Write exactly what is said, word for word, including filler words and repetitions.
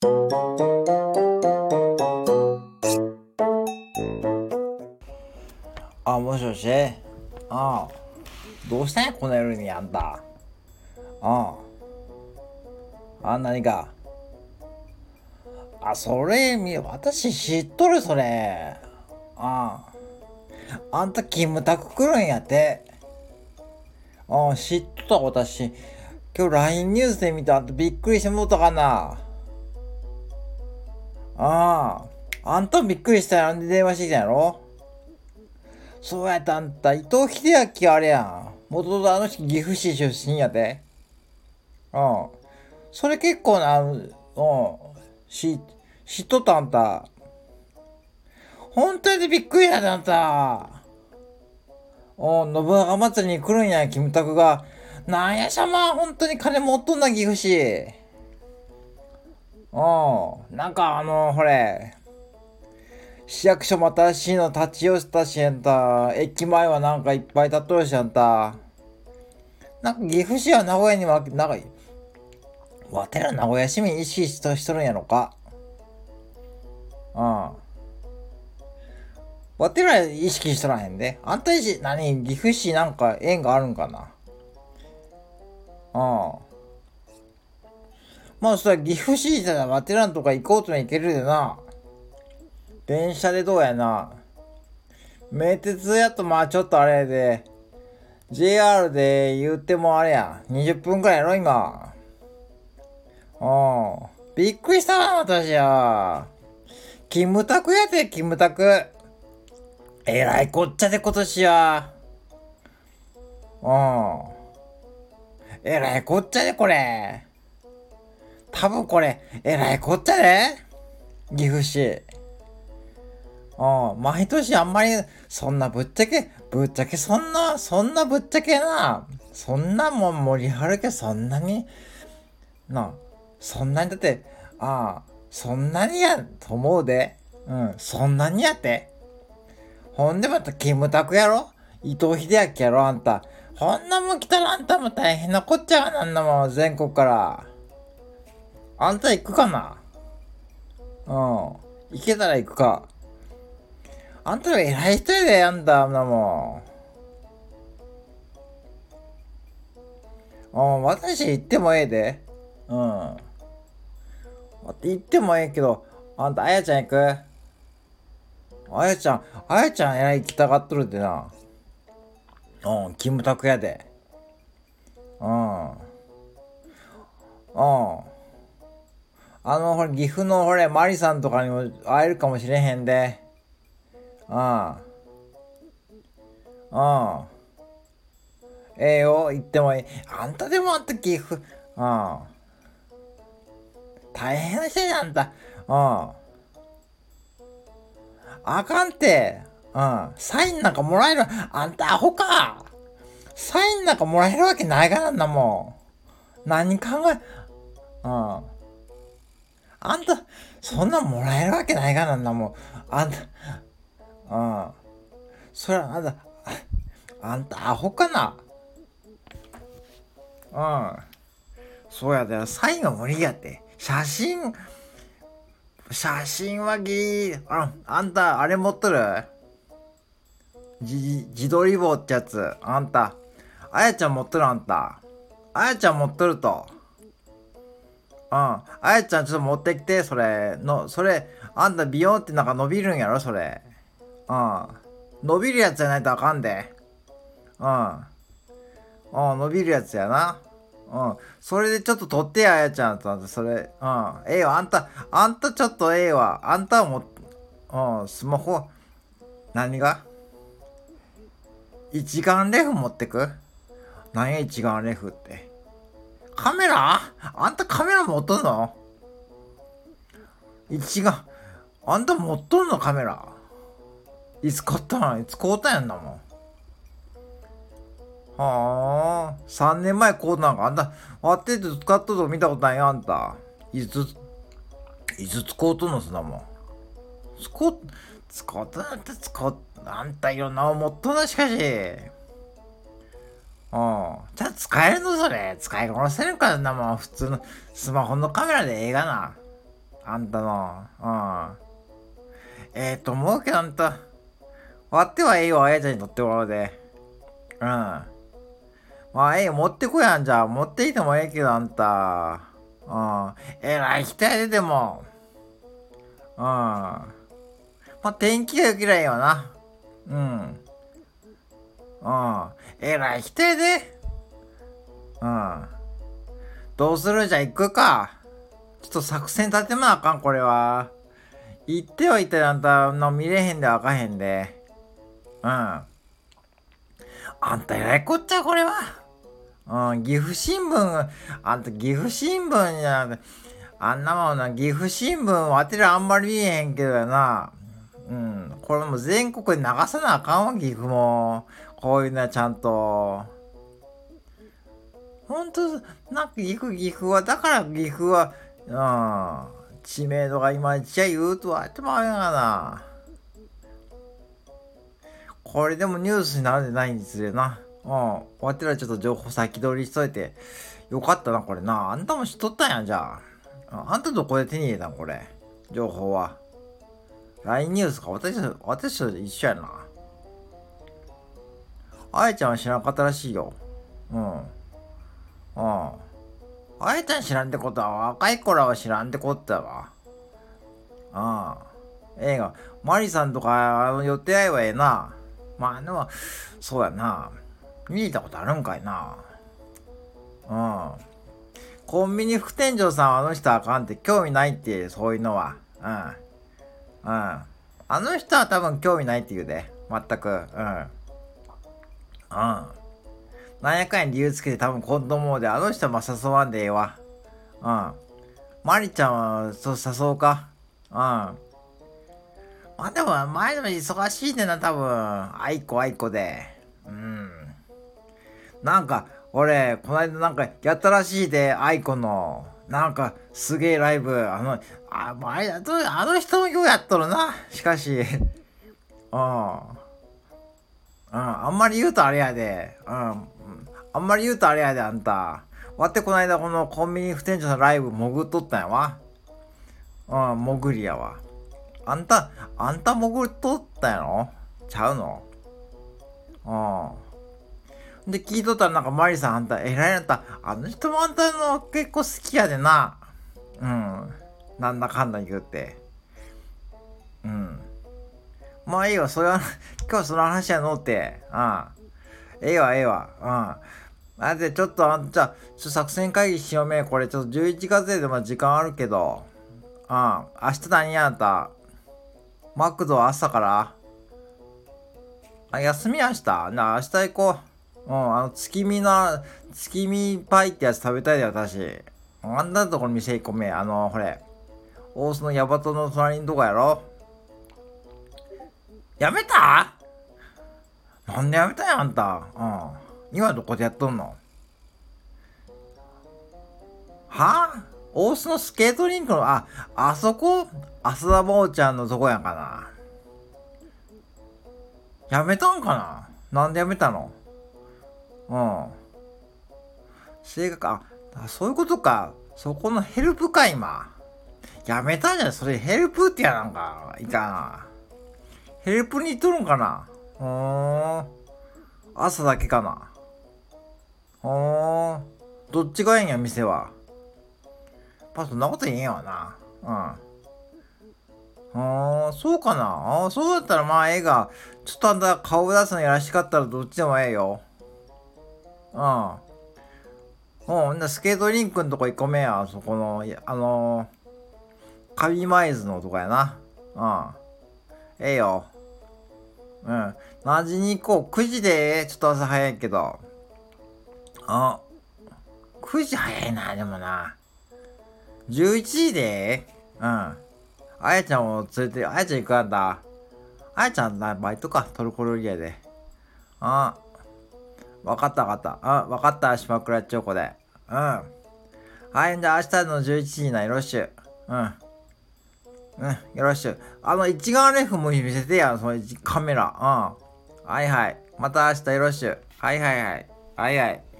あ、もしもし。ああ、どうしたんやこの夜にあんた。ああ、あ、何か。あ、それ、み、私知っとる、それ。ああ、あんたキムタク来るんやって。ああ、知っとった私。今日 ライン ニュースで見たあんたびっくりしてもうたかな。ああ、あんたびっくりしたやんで電話してきたんやろ。そうやったあんた、伊藤英明あれやん。元々あの人岐阜市出身やで。うん。それ結構な、うん、し、知っとったあんた。本当にびっくりやであんた。うん、信長祭りに来るんや、キムタクが。なんやしゃま、本当に金持っとんな、岐阜市。うん、なんかあの、ほれ、市役所も新しいの立ち寄ったしやんた。駅前はなんかいっぱい立っとるしやんた。なんか岐阜市は名古屋には、なんか、わてら名古屋市民意識しとしとるんやろか。うん。わてら意識しとらへんで。あんたいし、何岐阜市なんか縁があるんかな。うん。まあそれ岐阜市じゃらわてらんとか行こうとも行けるでな。電車でどうやな。名鉄やとまあちょっとあれで、ジェイアール で言ってもあれや。にじゅっぷんくらいやろ今。うん。びっくりしたわ私や。キムタクやで、キムタク。えらいこっちゃで今年は。うん。えらいこっちゃでこれ。多分これ、えらいこっちゃで岐阜市。うん。毎年あんまり、そんなぶっちゃけ、ぶっちゃけそんな、そんなぶっちゃけな、そんなもん盛り上がるけそんなに、な、そんなにだって、ああ、そんなにや、と思うで。うん。そんなにやって。ほんでまたキムタクやろ、伊藤英明やろあんた。こんなもん来たらあんたも大変なこっちゃがなんだもん、全国から。あんた行くかな。うん。行けたら行くか。あんたら偉い人やで、あんた、あんなもん。うん、私行ってもええで。うん。行ってもええけど、あんた、あやちゃん行く？あやちゃん、あやちゃん偉い行きたがっとるってな。うん、キムタクやで。うん。うん。あの、ほれ、岐阜のほれ、マリさんとかにも会えるかもしれへんで。うん。うん。ええよ、行ってもいい。あんたでもあんた岐阜。うん。大変な人やあんた。うん。あかんて。うん。サインなんかもらえる。あんたアホか。サインなんかもらえるわけないからなんだもん。何考え、うん。あんた、そんなんもらえるわけないからなんだもん。あんた、うん。それはあんた、あんたアホかな。うん。そうやで、サインは無理やって。写真、写真はギー、あ、あんた、あれ持っとる？じ、自撮り棒ってやつ。あんた、あやちゃん持っとるあんた。あやちゃん持っとると。うん。あやちゃんちょっと持ってきて、それ。の、それ、あんたビヨンってなんか伸びるんやろそれ。うん。伸びるやつじゃないとあかんで。うん。うん、伸びるやつやな。うん。それでちょっと取ってや、あやちゃんと。それ。うん。ええわ、あんた、あんたちょっとええわ。あんたはもう、うん、スマホ、何が一眼レフ持ってく？何や一眼レフって。カメラ？あんたカメラ持っとんの？一眼、あんた持っとんのカメラ。いつ買ったん？いつ買うたんやんなもん。はあ、さんねんまえ買うたんか。あんた、割ってて使っとると見たことないよ、あんた。いつ、いつ使うとんのそんなもん。使う、使ったなんて使う、あんたいろんなもん持っとんなしかし。うん。じゃあ使えるのそれ。使いこなせるかんなもん。普通のスマホのカメラでええがな。 あんたの。うん。ええと思うけど、あんた。割ってはええよ、あやちゃんにとってもらうで。うん。まあ、ええよ、持ってこやんじゃあ。持っていてもええけど、あんた。うん。えらい人やで、でも。うん。まあ、天気が良けりゃいいわな。うん。うん。えらい人やで。うん。どうするじゃあ行くか。ちょっと作戦立てなあかん、これは。行ってはいったらあんたの見れへんであかへんで。うん。あんたえらいこっちゃ、これは。うん、岐阜新聞、あんた岐阜新聞じゃなくて、あんなもんな、岐阜新聞わてらあんまり見えへんけどな。うん、これも全国で流さなあかんわ、岐阜も。こういうのはちゃんと。ほんと、なんか岐阜、岐阜は、だから岐阜は、うん、知名度がいまいちや言うとはやってもあれやがな。これでもニュースになるんでないんですよな。うん。わてらちょっと情報先取りしといて。よかったな、これな。あんたも知っとったんやん、じゃあ。あんたどこで手に入れたん、これ。情報は。ライン ニュースか。私、私と一緒やな。あやちゃんは知らなかったらしいよ。うん。うん。あやちゃん知らんってことは、若い頃は知らんってことだわ。ああ。映画、マリさんとか、あの予定合いはええな。まあでも、そうやな。見に行ったことあるんかいな。うん。コンビニ副店長さんはあの人あかんって興味ないって、そういうのは。うん。うん。あの人は多分興味ないって言うで。全く。うん。うん。なんやかんや理由つけて多分今度もうで、あの人はまあ誘わんでええわ。うん。マリちゃんは、そう誘おうか。うん。まあでも、前でも忙しいねんな、多分。あいこあいこで。うん。なんか、俺、この間なんかやったらしいで、アイコの、なんかすげえライブ、あの、あ、あれ、あの人もようやっとるな。しかし、うん。うん、あんまり言うとあれやで。うん。あんまり言うとあれやで、あんた。わってこの間このコンビニ副店長のライブ潜っとったんやわ。うん、潜りやわ。あんた、あんた潜っとったんやろちゃうの？うん。で、聞いとったらなんかマリさんあんた、えらいなった。あの人もあんたの結構好きやでな。うん。なんだかんだ言うて。うん。まあいいわ、それは、今日はその話やのって。うん。ええわ、ええわ。うん。あで、ちょっと、あじゃあ、ちょっと作戦会議しようめ。これ、ちょっとじゅういちがつでまあ時間あるけど。うん。明日何やあんた。マクド朝からあ、休み明日な、明日行こう。うん、あの、月見な、月見パイってやつ食べたいで、私。あんなところ店行こめ。あの、ほれ。大須のヤバトの隣のとこやろ。やめた？なんでやめたんや、あんた。うん。今どこでやっとんの？はぁ、大須のスケートリンクの、あ、あそこ浅田真央ちゃんのとこやんかな。やめたんかな？なんでやめたの？うん。性格、あ、あそういうことか。そこのヘルプか、今。やめたんじゃん。それヘルプってやなんか。いかな。ヘルプに行っとるんかな。うーん。朝だけかな。うーん。どっちがええんや、店は。まあ、そんなこと言えんわな。うん。ああ、そうかな。ああ、そうだったらまあええが、ちょっとあんた顔出すのやらしかったらどっちでもええよ。うん。うん、なスケートリンクのとこ行こめや。そこの、あのー、カビマイズのとこやな。うん。ええよ。うん。何時に行こう？ く 時でええ？ちょっと朝早いけど。あ、くじ早いな、でもな。じゅういちじでええ？うん。あやちゃんを連れて、あやちゃん行くんだ。あやちゃんな、バイトか。トルコ料理屋で。あ、わかったわかった。あ、わかった。島倉チョコで。うん。はい、じゃあ明日のじゅういちじな、よろしゅう。うん。うん、よろしゅう。あの、一眼レフも見せてや、そのカメラ。うん。はいはい。また明日よろしゅう。はいはいはい。はいはい。